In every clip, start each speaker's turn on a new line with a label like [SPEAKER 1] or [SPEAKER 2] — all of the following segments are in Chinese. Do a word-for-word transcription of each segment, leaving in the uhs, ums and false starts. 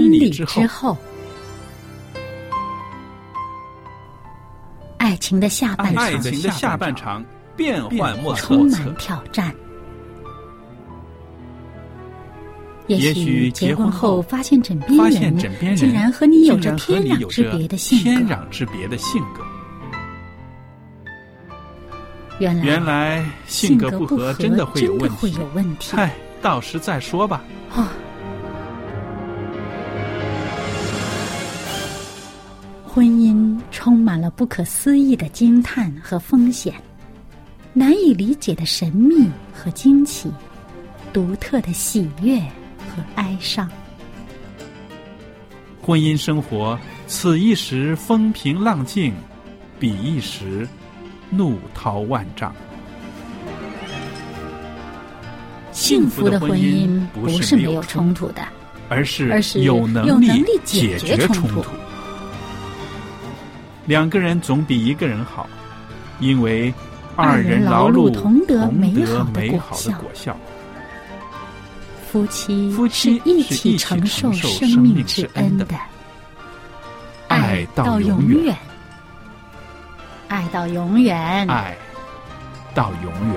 [SPEAKER 1] 婚礼之后，
[SPEAKER 2] 爱情的下半场，
[SPEAKER 3] 爱情的下半场变幻莫测，
[SPEAKER 2] 充满挑战。也许结婚后发现枕边人，
[SPEAKER 3] 发现枕边人
[SPEAKER 2] 竟然和你有着天壤之别的性格。
[SPEAKER 3] 天壤之别的性格。
[SPEAKER 2] 原来
[SPEAKER 3] 原来性格不合真的会有问题。
[SPEAKER 2] 会有问题。
[SPEAKER 3] 嗨，到时再说吧。
[SPEAKER 2] 哦。婚姻充满了不可思议的惊叹和风险，难以理解的神秘和惊奇，独特的喜悦和哀伤。
[SPEAKER 3] 婚姻生活，此一时风平浪静，彼一时怒涛万丈。
[SPEAKER 2] 幸福的婚姻不是没有冲突的，
[SPEAKER 3] 而是
[SPEAKER 2] 而是
[SPEAKER 3] 有能力
[SPEAKER 2] 解
[SPEAKER 3] 决冲突。两个人总比一个人好，因为二人劳碌
[SPEAKER 2] 同得
[SPEAKER 3] 美
[SPEAKER 2] 好的
[SPEAKER 3] 果效。
[SPEAKER 2] 夫妻
[SPEAKER 3] 夫妻
[SPEAKER 2] 是一起承受生命之恩的，
[SPEAKER 3] 爱到永远，
[SPEAKER 2] 爱到永远，
[SPEAKER 3] 爱到永远。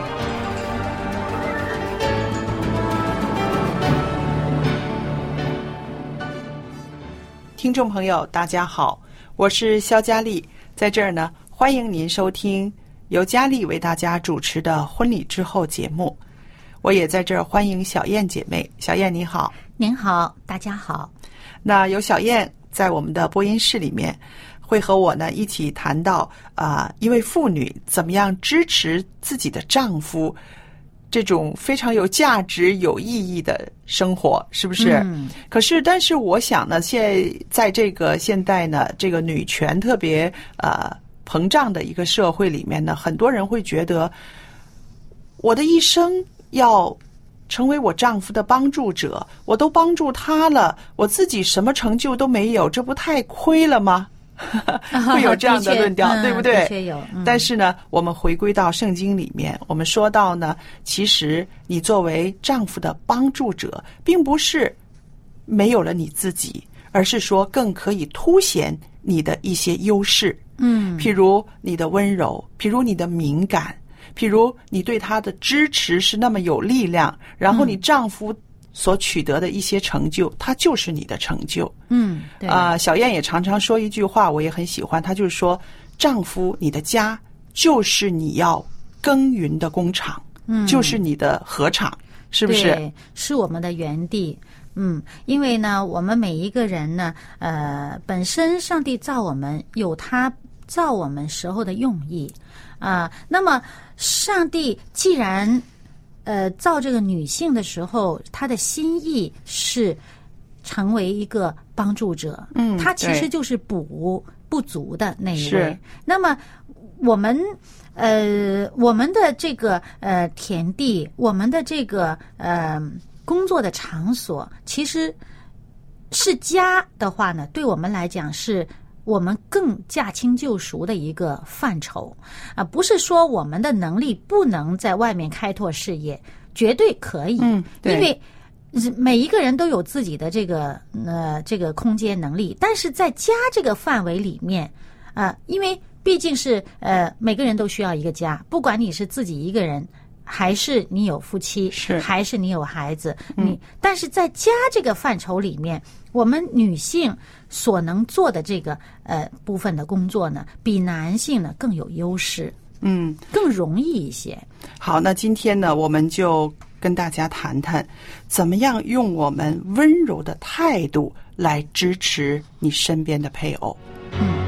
[SPEAKER 4] 听众朋友，大家好，我是肖佳丽，在这儿呢，欢迎您收听由佳丽为大家主持的婚礼之后节目。我也在这儿欢迎小燕姐妹。小燕你好。
[SPEAKER 2] 您好，大家好。
[SPEAKER 4] 那有小燕在我们的播音室里面，会和我呢一起谈到啊、呃，一位妇女怎么样支持自己的丈夫这种非常有价值有意义的生活，是不是？
[SPEAKER 2] 嗯。
[SPEAKER 4] 可是但是我想呢，现在在这个现代呢，这个女权特别呃膨胀的一个社会里面呢，很多人会觉得我的一生要成为我丈夫的帮助者，我都帮助他了，我自己什么成就都没有，这不太亏了吗？会有这样的论调，
[SPEAKER 2] 嗯、
[SPEAKER 4] 对不对？
[SPEAKER 2] 的确有、嗯。
[SPEAKER 4] 但是呢，我们回归到圣经里面，我们说到呢，其实你作为丈夫的帮助者，并不是没有了你自己，而是说更可以凸显你的一些优势。
[SPEAKER 2] 嗯，
[SPEAKER 4] 譬如你的温柔，譬如你的敏感，譬如你对他的支持是那么有力量，然后你丈夫所取得的一些成就，它就是你的成就。
[SPEAKER 2] 嗯，对
[SPEAKER 4] 啊、呃，小燕也常常说一句话，我也很喜欢，她就是说，丈夫，你的家就是你要耕耘的工厂，嗯，就是你的禾场，是不是？
[SPEAKER 2] 对，是我们的园地。嗯，因为呢，我们每一个人呢，呃，本身上帝造我们有他造我们时候的用意啊、呃。那么，上帝既然呃，造这个女性的时候，她的心意是成为一个帮助者，
[SPEAKER 4] 嗯，
[SPEAKER 2] 她其实就是补不足的那一位。那么我们呃，我们的这个呃田地，我们的这个呃工作的场所，其实是家的话呢，对我们来讲是我们更驾轻就熟的一个范畴啊，不是说我们的能力不能在外面开拓事业，绝对可以，
[SPEAKER 4] 嗯，对，
[SPEAKER 2] 因为每一个人都有自己的这个呃这个空间能力，但是在家这个范围里面啊、呃，因为毕竟是呃每个人都需要一个家，不管你是自己一个人，还是你有夫妻，
[SPEAKER 4] 是
[SPEAKER 2] 还是你有孩子，
[SPEAKER 4] 嗯、
[SPEAKER 2] 你但是在家这个范畴里面，我们女性所能做的这个呃部分的工作呢，比男性呢更有优势，
[SPEAKER 4] 嗯，
[SPEAKER 2] 更容易一些。
[SPEAKER 4] 好，那今天呢，我们就跟大家谈谈，怎么样用我们温柔的态度来支持你身边的配偶。
[SPEAKER 2] 嗯。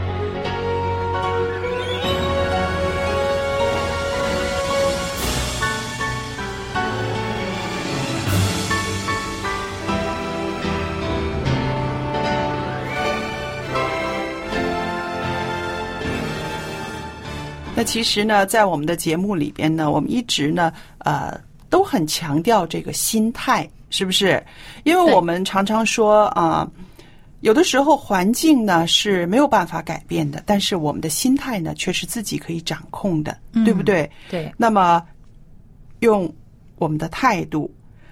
[SPEAKER 4] 那其实呢，在我们的节目里边呢，我们一直呢，呃，都很强调这个心态，是不是？因为我们常常说啊、呃，有的时候环境呢是没有办法改变的，但是我们的心态呢却是自己可以掌控的，
[SPEAKER 2] 嗯、
[SPEAKER 4] 对不对？
[SPEAKER 2] 对。
[SPEAKER 4] 那么用我们的态度，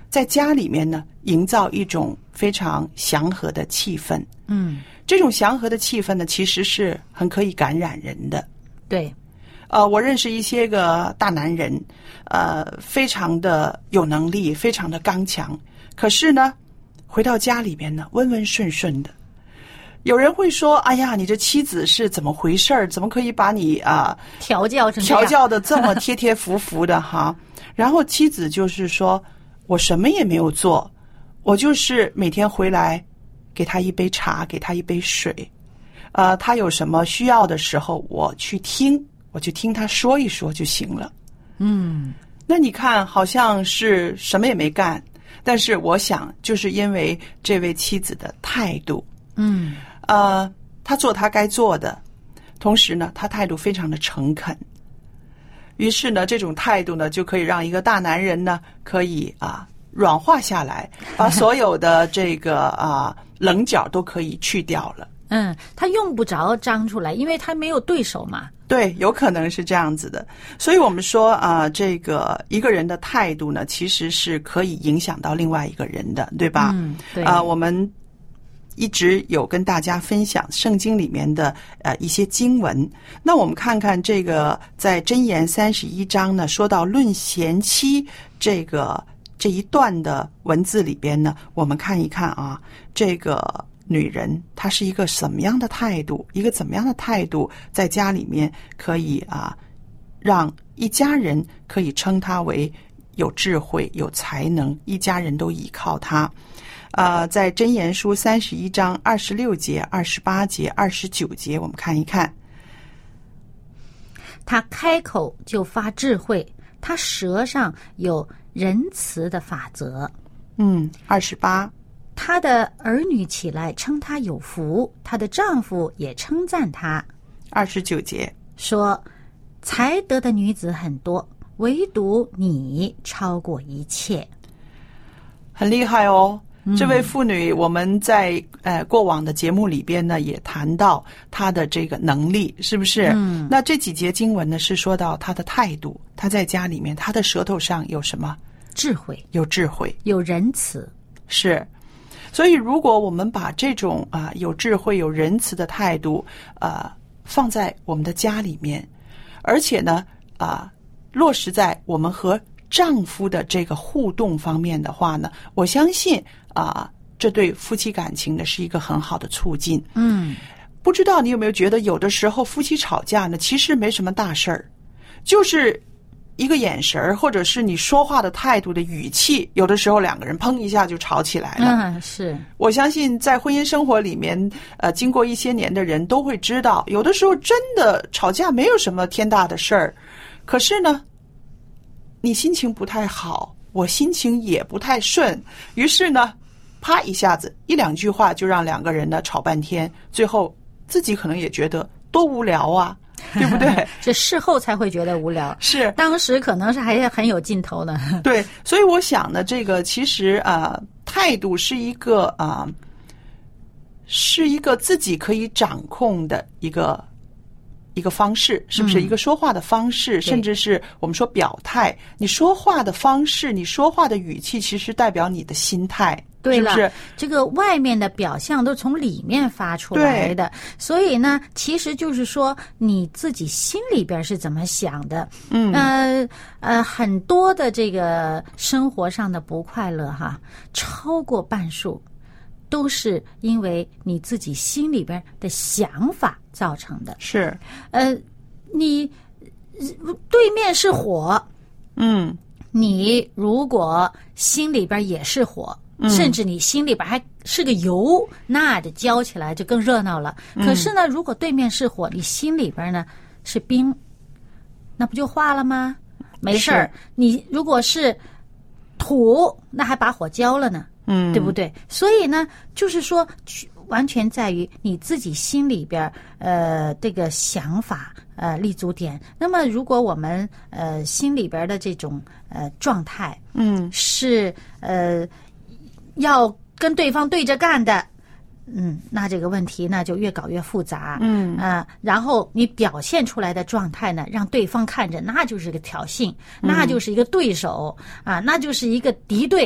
[SPEAKER 4] 在家里面呢，营造一种非常祥和的气氛。
[SPEAKER 2] 嗯，
[SPEAKER 4] 这种祥和的气氛呢，其实是很可以感染人的。
[SPEAKER 2] 对，
[SPEAKER 4] 呃，我认识一些个大男人，呃，非常的有能力，非常的刚强，可是呢，回到家里面呢，温温顺顺的。有人会说：“哎呀，你这妻子是怎么回事儿？怎么可以把你啊、呃、
[SPEAKER 2] 调教成这样
[SPEAKER 4] 调教的这么贴贴服服的哈？”然后妻子就是说：“我什么也没有做，我就是每天回来给他一杯茶，给他一杯水，呃，他有什么需要的时候，我去听，我去听他说一说就行了。”
[SPEAKER 2] 嗯，
[SPEAKER 4] 那你看，好像是什么也没干，但是我想，就是因为这位妻子的态度，
[SPEAKER 2] 嗯。
[SPEAKER 4] 呃，他做他该做的，同时呢，他态度非常的诚恳。于是呢，这种态度呢，就可以让一个大男人呢，可以啊软化下来，把所有的这个啊棱角都可以去掉了。
[SPEAKER 2] 嗯，他用不着张出来，因为他没有对手嘛。
[SPEAKER 4] 对，有可能是这样子的。所以我们说啊，这个一个人的态度呢，其实是可以影响到另外一个人的，对吧？
[SPEAKER 2] 嗯，对。
[SPEAKER 4] 啊，我们一直有跟大家分享圣经里面的呃一些经文。那我们看看这个在箴言三十一章呢，说到论贤妻这个这一段的文字里边呢，我们看一看啊，这个女人她是一个什么样的态度，一个怎么样的态度，在家里面可以啊让一家人可以称她为有智慧、有才能，一家人都依靠她。呃，在箴言书三十一章二十六节、二十八节、二十九节，我们看一看。
[SPEAKER 2] 他开口就发智慧，他舌上有仁慈的法则。
[SPEAKER 4] 嗯，二十八。
[SPEAKER 2] 她的儿女起来称她有福，她的丈夫也称赞她。
[SPEAKER 4] 二十九节
[SPEAKER 2] 说，才德的女子很多，唯独你超过一切。
[SPEAKER 4] 很厉害哦。这位妇女，我们在呃过往的节目里边呢，也谈到她的这个能力，是不是？嗯。那这几节经文呢，是说到她的态度，她在家里面，她的舌头上有什么？
[SPEAKER 2] 智慧，
[SPEAKER 4] 有智慧，
[SPEAKER 2] 有仁慈，
[SPEAKER 4] 是。所以，如果我们把这种啊、呃、有智慧、有仁慈的态度啊、呃、放在我们的家里面，而且呢啊、呃、落实在我们和丈夫的这个互动方面的话呢，我相信啊、呃，这对夫妻感情呢是一个很好的促进。
[SPEAKER 2] 嗯，
[SPEAKER 4] 不知道你有没有觉得，有的时候夫妻吵架呢，其实没什么大事儿，就是一个眼神或者是你说话的态度的语气，有的时候两个人砰一下就吵起来了。
[SPEAKER 2] 嗯，是。
[SPEAKER 4] 我相信在婚姻生活里面，呃，经过一些年的人都会知道，有的时候真的吵架没有什么天大的事儿，可是呢，你心情不太好，我心情也不太顺，于是呢，啪一下子一两句话就让两个人呢吵半天，最后自己可能也觉得多无聊啊。对不对？
[SPEAKER 2] 这事后才会觉得无聊，
[SPEAKER 4] 是
[SPEAKER 2] 当时可能是还很有劲头呢。
[SPEAKER 4] 对，所以我想呢，这个其实啊、呃，态度是一个啊、呃，是一个自己可以掌控的一个一个方式，是不是？嗯、一个说话的方式，甚至是我们说表态。你说话的方式，你说话的语气，其实代表你的心态。
[SPEAKER 2] 对了，
[SPEAKER 4] 是不是
[SPEAKER 2] 这个外面的表象都从里面发出来的，所以呢，其实就是说你自己心里边是怎么想的。嗯，呃呃，很多的这个生活上的不快乐哈，超过半数都是因为你自己心里边的想法造成的。
[SPEAKER 4] 是，
[SPEAKER 2] 呃，你对面是火，
[SPEAKER 4] 嗯，
[SPEAKER 2] 你如果心里边也是火。甚至你心里边还是个油，那就浇起来就更热闹了。可是呢，如果对面是火，你心里边呢是冰，那不就化了吗？没事儿。你如果是土，那还把火浇了呢，嗯，对不对？所以呢，就是说，完全在于你自己心里边呃这个想法呃立足点。那么，如果我们呃心里边的这种呃状态，嗯，是呃。要跟对方对着干的，嗯，那这个问题呢就越搞越复杂，嗯啊、呃，然后你表现出来的状态呢，让对方看着那就是个挑衅，那就是一个对手啊，那就是一个敌对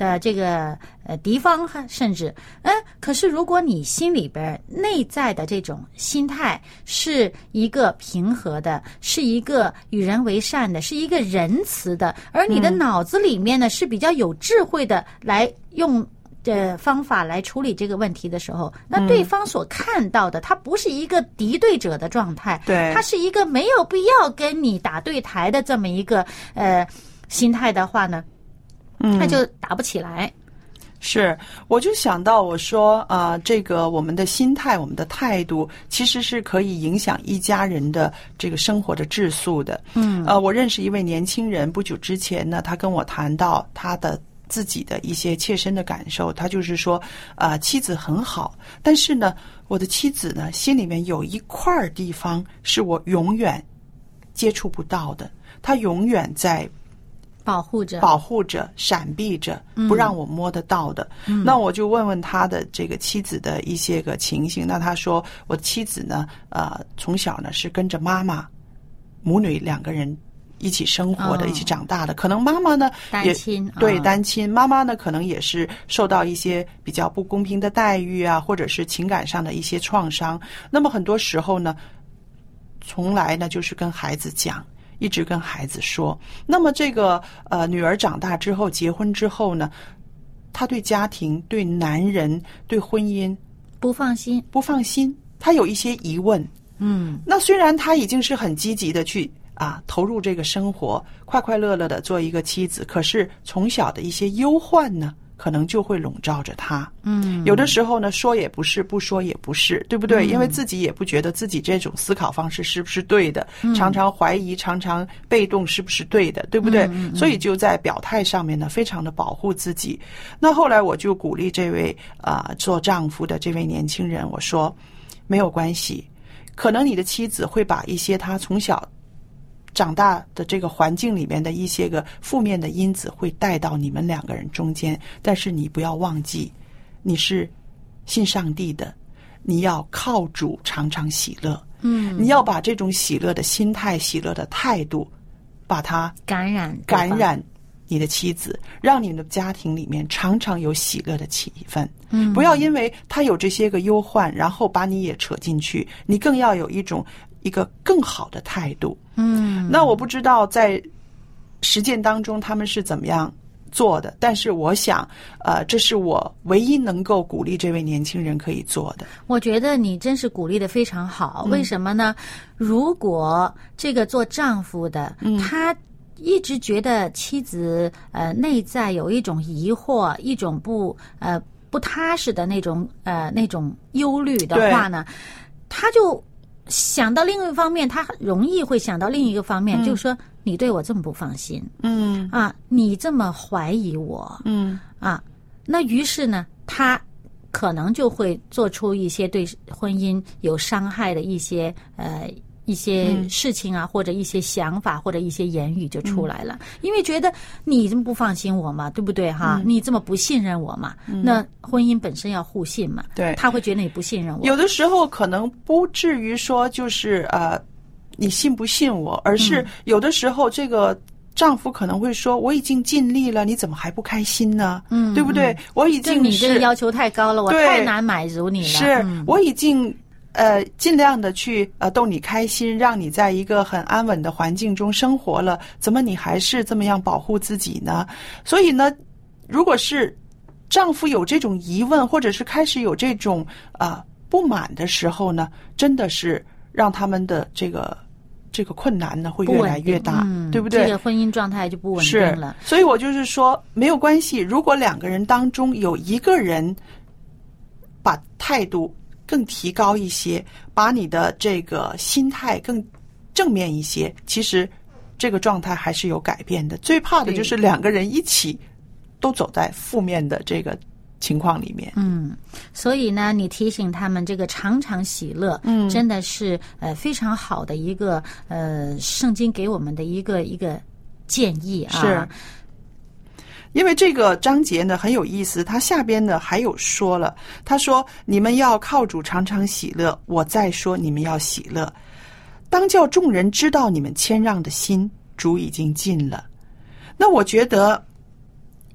[SPEAKER 2] 的这个呃敌方，甚至嗯，可是如果你心里边内在的这种心态是一个平和的，是一个与人为善的，是一个仁慈的，而你的脑子里面呢是比较有智慧的，来用的方法来处理这个问题的时候，那对方所看到的，他不是一个敌对者的状态，
[SPEAKER 4] 对，
[SPEAKER 2] 他是一个没有必要跟你打对台的这么一个呃心态的话呢，那就打不起来。
[SPEAKER 4] 是，我就想到我说啊、呃，这个我们的心态、我们的态度，其实是可以影响一家人的这个生活的质素的。嗯，呃，我认识一位年轻人，不久之前呢，他跟我谈到他的自己的一些切身的感受，他就是说，啊、呃，妻子很好，但是呢，我的妻子呢，心里面有一块地方是我永远接触不到的，她永远在
[SPEAKER 2] 保护着、
[SPEAKER 4] 保护着、闪避着，不让我摸得到的。嗯、那我就问问他的这个妻子的一些个情形。那他说，我的妻子呢，呃，从小呢是跟着妈妈，母女两个人一起生活的，哦、一起长大的。可能妈妈呢也
[SPEAKER 2] 单亲，
[SPEAKER 4] 对、
[SPEAKER 2] 哦、
[SPEAKER 4] 单亲，妈妈呢可能也是受到一些比较不公平的待遇啊，或者是情感上的一些创伤。那么很多时候呢，从来呢就是跟孩子讲。一直跟孩子说，那么这个呃女儿长大之后，结婚之后呢，她对家庭、对男人、对婚姻
[SPEAKER 2] 不放心，
[SPEAKER 4] 不放心，她有一些疑问。嗯，那虽然她已经是很积极的去啊投入这个生活，快快乐乐的做一个妻子，可是从小的一些忧患呢，可能就会笼罩着他。嗯，有的时候呢，说也不是，不说也不是，对不对？嗯、因为自己也不觉得自己这种思考方式是不是对的，嗯、常常怀疑，常常被动是不是对的，对不对？嗯嗯、所以就在表态上面呢，非常的保护自己。那后来我就鼓励这位啊、呃、做丈夫的这位年轻人，我说没有关系，可能你的妻子会把一些他从小长大的这个环境里面的一些个负面的因子会带到你们两个人中间，但是你不要忘记，你是信上帝的，你要靠主常常喜乐。嗯，你要把这种喜乐的心态、喜乐的态度，把它
[SPEAKER 2] 感染
[SPEAKER 4] 感染你的妻子，让你们的家庭里面常常有喜乐的气氛。嗯，不要因为他有这些个忧患，然后把你也扯进去，你更要有一种一个更好的态度。嗯，那我不知道在实践当中他们是怎么样做的，但是我想呃，这是我唯一能够鼓励这位年轻人可以做的。
[SPEAKER 2] 我觉得你真是鼓励的非常好。为什么呢？如果这个做丈夫的、嗯、他一直觉得妻子呃内在有一种疑惑，一种不呃不踏实的那种呃那种忧虑的话呢，他就想到另一方面，他容易会想到另一个方面，嗯、就是说你对我这么不放心，嗯啊，你这么怀疑我，嗯啊，那于是呢，他可能就会做出一些对婚姻有伤害的一些呃一些事情啊，嗯、或者一些想法或者一些言语就出来了，嗯、因为觉得你这么不放心我嘛，对不对哈？嗯、你这么不信任我嘛，嗯、那婚姻本身要互信嘛，
[SPEAKER 4] 对，
[SPEAKER 2] 他会觉得你不信任我。
[SPEAKER 4] 有的时候可能不至于说就是呃，你信不信我，而是有的时候这个丈夫可能会说：“我已经尽力了，你怎么还不开心呢？嗯，对不对？我已经是
[SPEAKER 2] 你这个要求太高了，我太难满足你了。
[SPEAKER 4] 是、嗯、我已经。”呃，尽量的去呃逗你开心，让你在一个很安稳的环境中生活了，怎么你还是这么样保护自己呢？所以呢，如果是丈夫有这种疑问，或者是开始有这种啊、呃、不满的时候呢，真的是让他们的这个这个困难呢会越来越大，
[SPEAKER 2] 嗯、
[SPEAKER 4] 对不对？
[SPEAKER 2] 这个婚姻状态就不稳定了。
[SPEAKER 4] 所以我就是说，没有关系，如果两个人当中有一个人把态度更提高一些，把你的这个心态更正面一些，其实这个状态还是有改变的。最怕的就是两个人一起都走在负面的这个情况里面。
[SPEAKER 2] 嗯，所以呢，你提醒他们这个常常喜乐，嗯，真的是呃非常好的一个呃圣经给我们的一个一个建议啊。
[SPEAKER 4] 是。因为这个章节呢很有意思，他下边呢还有说了，他说你们要靠主常常喜乐，我再说你们要喜乐，当叫众人知道你们谦让的心，主已经尽了。那我觉得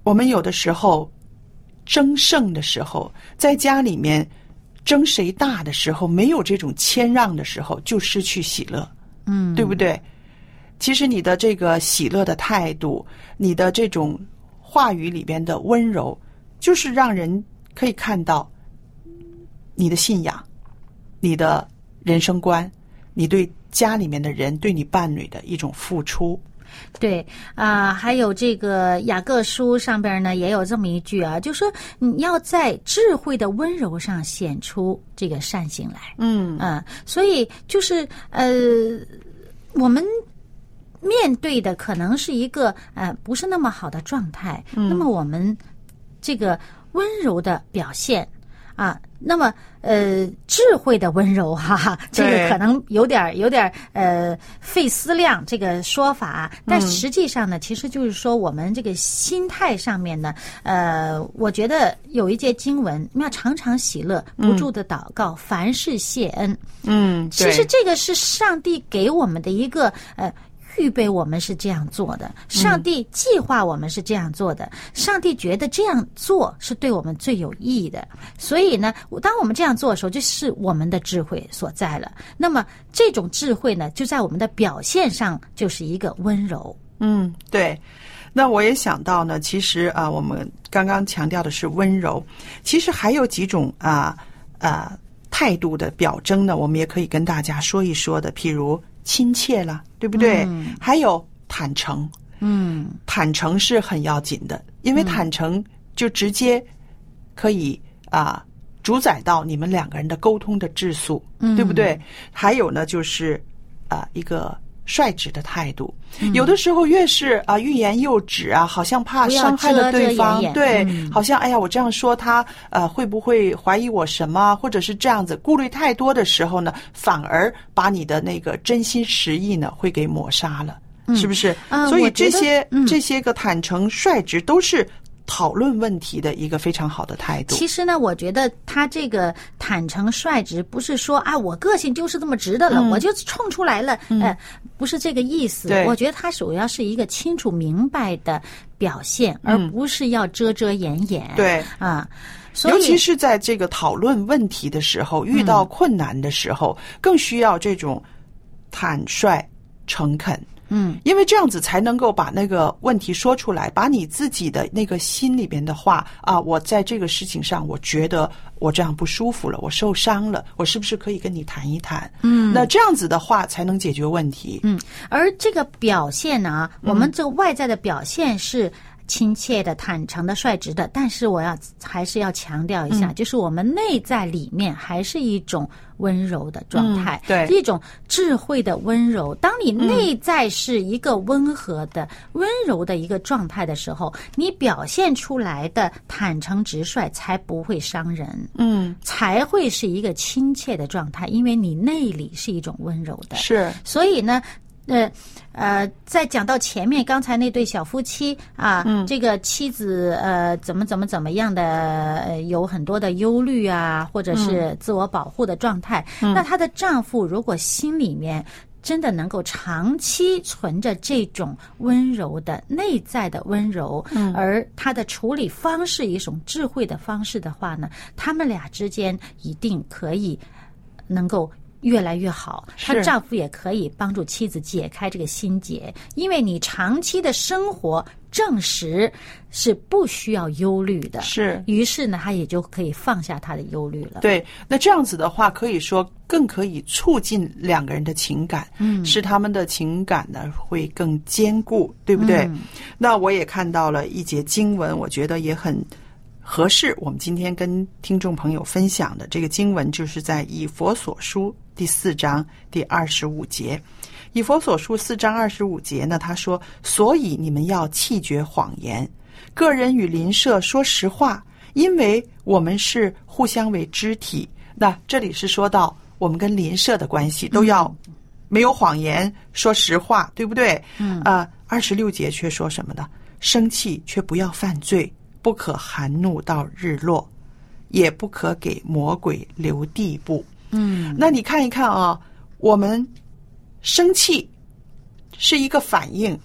[SPEAKER 4] 我们有的时候争胜的时候，在家里面争谁大的时候，没有这种谦让的时候，就失去喜乐，
[SPEAKER 2] 嗯，
[SPEAKER 4] 对不对？其实你的这个喜乐的态度，你的这种话语里边的温柔，就是让人可以看到你的信仰，你的人生观，你对家里面的人，对你伴侣的一种付出。
[SPEAKER 2] 对啊、呃，还有这个雅各书上边呢也有这么一句啊，就说你要在智慧的温柔上显出这个善行来。
[SPEAKER 4] 嗯
[SPEAKER 2] 啊、呃，所以就是呃，我们面对的可能是一个呃不是那么好的状态，嗯、那么我们这个温柔的表现啊，那么呃智慧的温柔哈哈，这个可能有点有点呃费思量这个说法，但实际上呢，嗯、其实就是说我们这个心态上面呢，呃，我觉得有一节经文，要常常喜乐，不住的祷告，嗯、凡事谢恩。
[SPEAKER 4] 嗯，
[SPEAKER 2] 其实这个是上帝给我们的一个呃。预备我们是这样做的，上帝计划我们是这样做的，嗯、上帝觉得这样做是对我们最有意义的，所以呢，当我们这样做的时候，就是我们的智慧所在了。那么这种智慧呢，就在我们的表现上就是一个温柔。
[SPEAKER 4] 嗯，对。那我也想到呢，其实啊，我们刚刚强调的是温柔，其实还有几种啊啊态度的表征呢，我们也可以跟大家说一说的，譬如亲切了，对不对？嗯、还有坦诚，
[SPEAKER 2] 嗯，
[SPEAKER 4] 坦诚是很要紧的，因为坦诚就直接可以啊、呃、主宰到你们两个人的沟通的质素，嗯、对不对？还有呢，就是啊、呃、一个率直的态度，嗯、有的时候越是啊、呃、欲言又止啊，好像怕伤害了对方，
[SPEAKER 2] 遮遮掩掩
[SPEAKER 4] 对，
[SPEAKER 2] 嗯、
[SPEAKER 4] 好像哎呀，我这样说他呃会不会怀疑我什么，或者是这样子顾虑太多的时候呢，反而把你的那个真心实意呢会给抹杀了，嗯、是不是？
[SPEAKER 2] 呃、
[SPEAKER 4] 所以这些、
[SPEAKER 2] 嗯、
[SPEAKER 4] 这些个坦诚率直都是讨论问题的一个非常好的态度。
[SPEAKER 2] 其实呢，我觉得他这个坦诚率直，不是说啊，我个性就是这么直的了，嗯、我就冲出来了，
[SPEAKER 4] 嗯、
[SPEAKER 2] 呃，不是这个意思。我觉得他主要是一个清楚明白的表现，
[SPEAKER 4] 嗯、
[SPEAKER 2] 而不是要遮遮掩掩。
[SPEAKER 4] 对
[SPEAKER 2] 啊。所以
[SPEAKER 4] 尤其是在这个讨论问题的时候，遇到困难的时候，嗯、更需要这种坦率、诚恳。
[SPEAKER 2] 嗯，
[SPEAKER 4] 因为这样子才能够把那个问题说出来，把你自己的那个心里边的话啊，我在这个事情上，我觉得我这样不舒服了，我受伤了，我是不是可以跟你谈一谈？
[SPEAKER 2] 嗯，
[SPEAKER 4] 那这样子的话才能解决问题。
[SPEAKER 2] 嗯，而这个表现呢，我们这个外在的表现是亲切的、坦诚的、率直的，但是我要还是要强调一下，嗯、就是我们内在里面还是一种温柔的状态，
[SPEAKER 4] 嗯、对，
[SPEAKER 2] 一种智慧的温柔。当你内在是一个温和的、嗯、温柔的一个状态的时候，你表现出来的坦诚直率才不会伤人，
[SPEAKER 4] 嗯，
[SPEAKER 2] 才会是一个亲切的状态，因为你内里是一种温柔的。
[SPEAKER 4] 是，
[SPEAKER 2] 所以呢。呃呃，在讲到前面刚才那对小夫妻啊，
[SPEAKER 4] 嗯、
[SPEAKER 2] 这个妻子呃怎么怎么怎么样的，呃有很多的忧虑啊，或者是自我保护的状态，
[SPEAKER 4] 嗯、
[SPEAKER 2] 那她的丈夫如果心里面真的能够长期存着这种温柔的内在的温柔，
[SPEAKER 4] 嗯、
[SPEAKER 2] 而他的处理方式一种智慧的方式的话呢，他们俩之间一定可以能够越来越好，她丈夫也可以帮助妻子解开这个心结，因为你长期的生活证实是不需要忧虑的，
[SPEAKER 4] 是，
[SPEAKER 2] 于是呢，他也就可以放下他的忧虑了。
[SPEAKER 4] 对，那这样子的话，可以说更可以促进两个人的情感，
[SPEAKER 2] 嗯，
[SPEAKER 4] 使他们的情感呢会更坚固，对不对？
[SPEAKER 2] 嗯、
[SPEAKER 4] 那我也看到了一节经文，我觉得也很合适我们今天跟听众朋友分享的。这个经文就是在以弗所书第四章第二十五节。以弗所书四章二十五节呢，他说，所以你们要弃绝谎言，个人与邻舍说实话，因为我们是互相为肢体。那这里是说到我们跟邻舍的关系都要没有谎言，说实话，对不对？
[SPEAKER 2] 嗯
[SPEAKER 4] 啊，二十六节却说什么呢？生气却不要犯罪，不可含怒到日落，也不可给魔鬼留地步。
[SPEAKER 2] 嗯，
[SPEAKER 4] 那你看一看啊，我们生气是一个反应，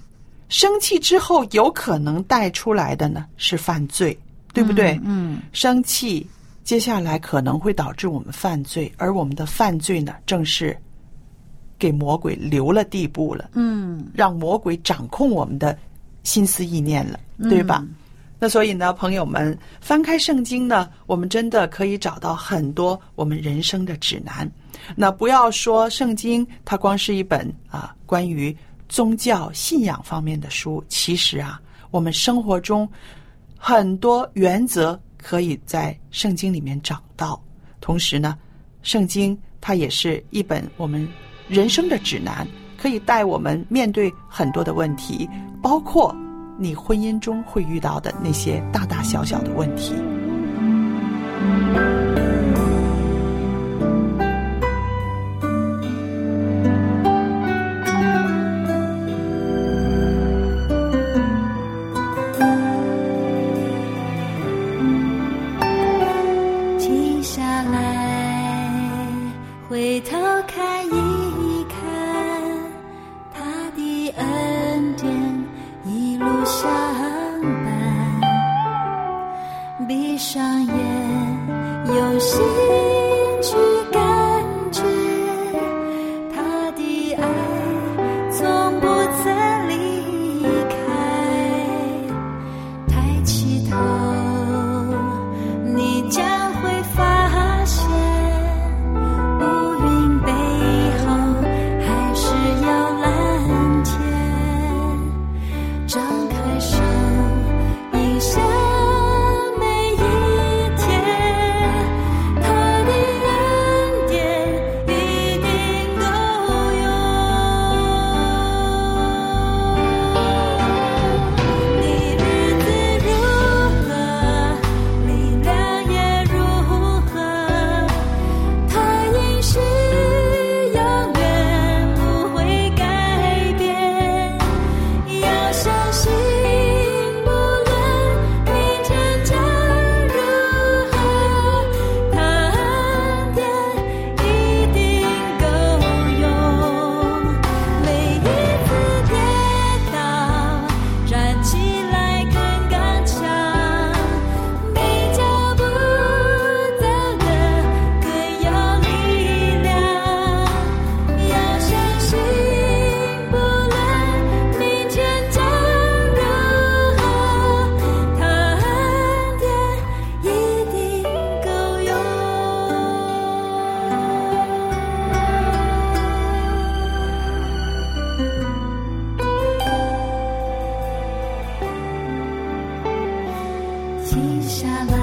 [SPEAKER 4] 生气之后有可能带出来的呢是犯罪，对不对？
[SPEAKER 2] 嗯，嗯
[SPEAKER 4] 生气接下来可能会导致我们犯罪，而我们的犯罪呢，正是给魔鬼留了地步了，
[SPEAKER 2] 嗯，
[SPEAKER 4] 让魔鬼掌控我们的心思意念了，对吧？
[SPEAKER 2] 嗯
[SPEAKER 4] 那所以呢，朋友们，翻开圣经呢，我们真的可以找到很多我们人生的指南。那不要说圣经它光是一本啊关于宗教信仰方面的书，其实啊，我们生活中很多原则可以在圣经里面找到。同时呢，圣经它也是一本我们人生的指南，可以带我们面对很多的问题，包括你婚姻中会遇到的那些大大小小的问题。
[SPEAKER 1] 停下来，回头看一看，他的恩典一路相伴，闭上眼，用心去感觉，他的爱从不曾离开。抬起头，你将会发现，乌云背后还是有蓝天。张开手，迎向每一天，他的恩典一定够用。你日子如何，力量也如何，他应许永远不会改变。要相信，不论明天将如何，他恩典一定够用。每一次跌倒，站起来更刚强，比脚步走得更有力量。要相信，不论明天将如何，他恩典一定够用。停下来，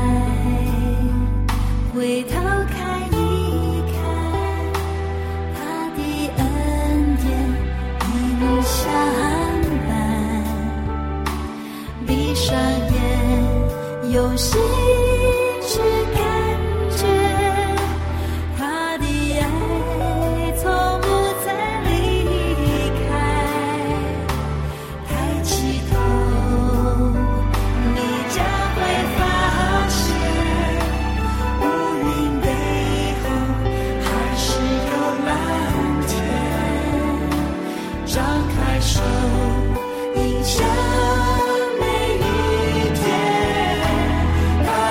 [SPEAKER 1] 回头看一看，他的恩典一路相伴，闭上眼，用心去感觉，他的爱从不曾离开。抬起头，你将会发现，乌云背后还是有蓝天。张开手，迎向每一天，他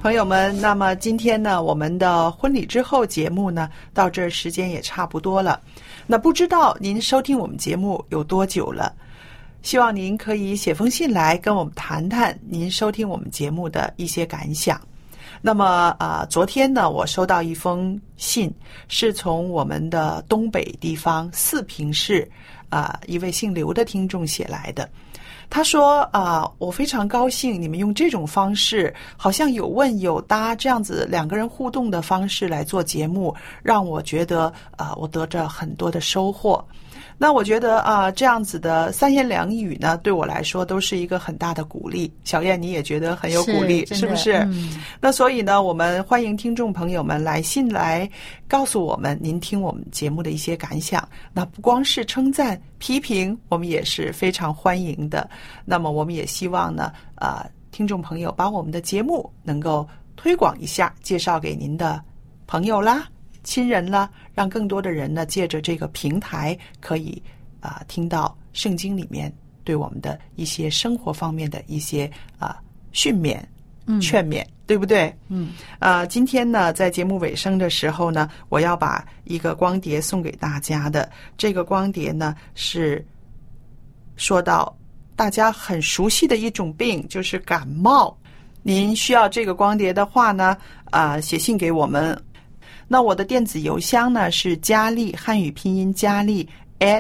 [SPEAKER 4] 朋友们，那么今天呢，我们的婚礼之后节目呢，到这儿时间也差不多了。那不知道您收听我们节目有多久了？希望您可以写封信来跟我们谈谈您收听我们节目的一些感想。那么啊、呃，昨天呢，我收到一封信，是从我们的东北地方四平市啊、呃、一位姓刘的听众写来的。他说啊、呃，我非常高兴你们用这种方式，好像有问有答这样子两个人互动的方式来做节目，让我觉得啊、呃，我得着很多的收获。那我觉得啊、呃，这样子的三言两语呢，对我来说都是一个很大的鼓励。小燕，你也觉得很有鼓励， 是, 是不是、嗯？那所以呢，我们欢迎听众朋友们来信来告诉我们您听我们节目的一些感想。那不光是称赞、批评，我们也是非常欢迎的。那么我们也希望呢，啊、呃，听众朋友把我们的节目能够推广一下，介绍给您的朋友啦、亲人啦，让更多的人呢借着这个平台可以啊、呃、听到圣经里面对我们的一些生活方面的一些啊、呃、训勉、劝勉、嗯，对不对？嗯。啊、呃，今天呢，在节目尾声的时候呢，我要把一个光碟送给大家的。这个光碟呢是说到大家很熟悉的一种病，就是感冒。您需要这个光碟的话呢，啊、呃，写信给我们。那我的电子邮箱呢是佳丽，汉语拼音佳丽 at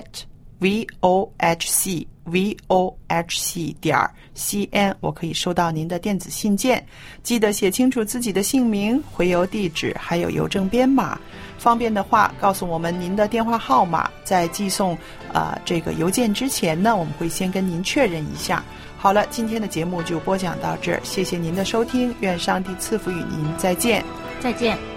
[SPEAKER 4] vohc vohc 点 cn， 我可以收到您的电子信件。记得写清楚自己的姓名、回邮地址还有邮政编码，方便的话告诉我们您的电话号码，在寄送呃这个邮件之前呢，我们会先跟您确认一下。好了，今天的节目就播讲到这儿，谢谢您的收听，愿上帝赐福与您，再见。
[SPEAKER 2] 再见。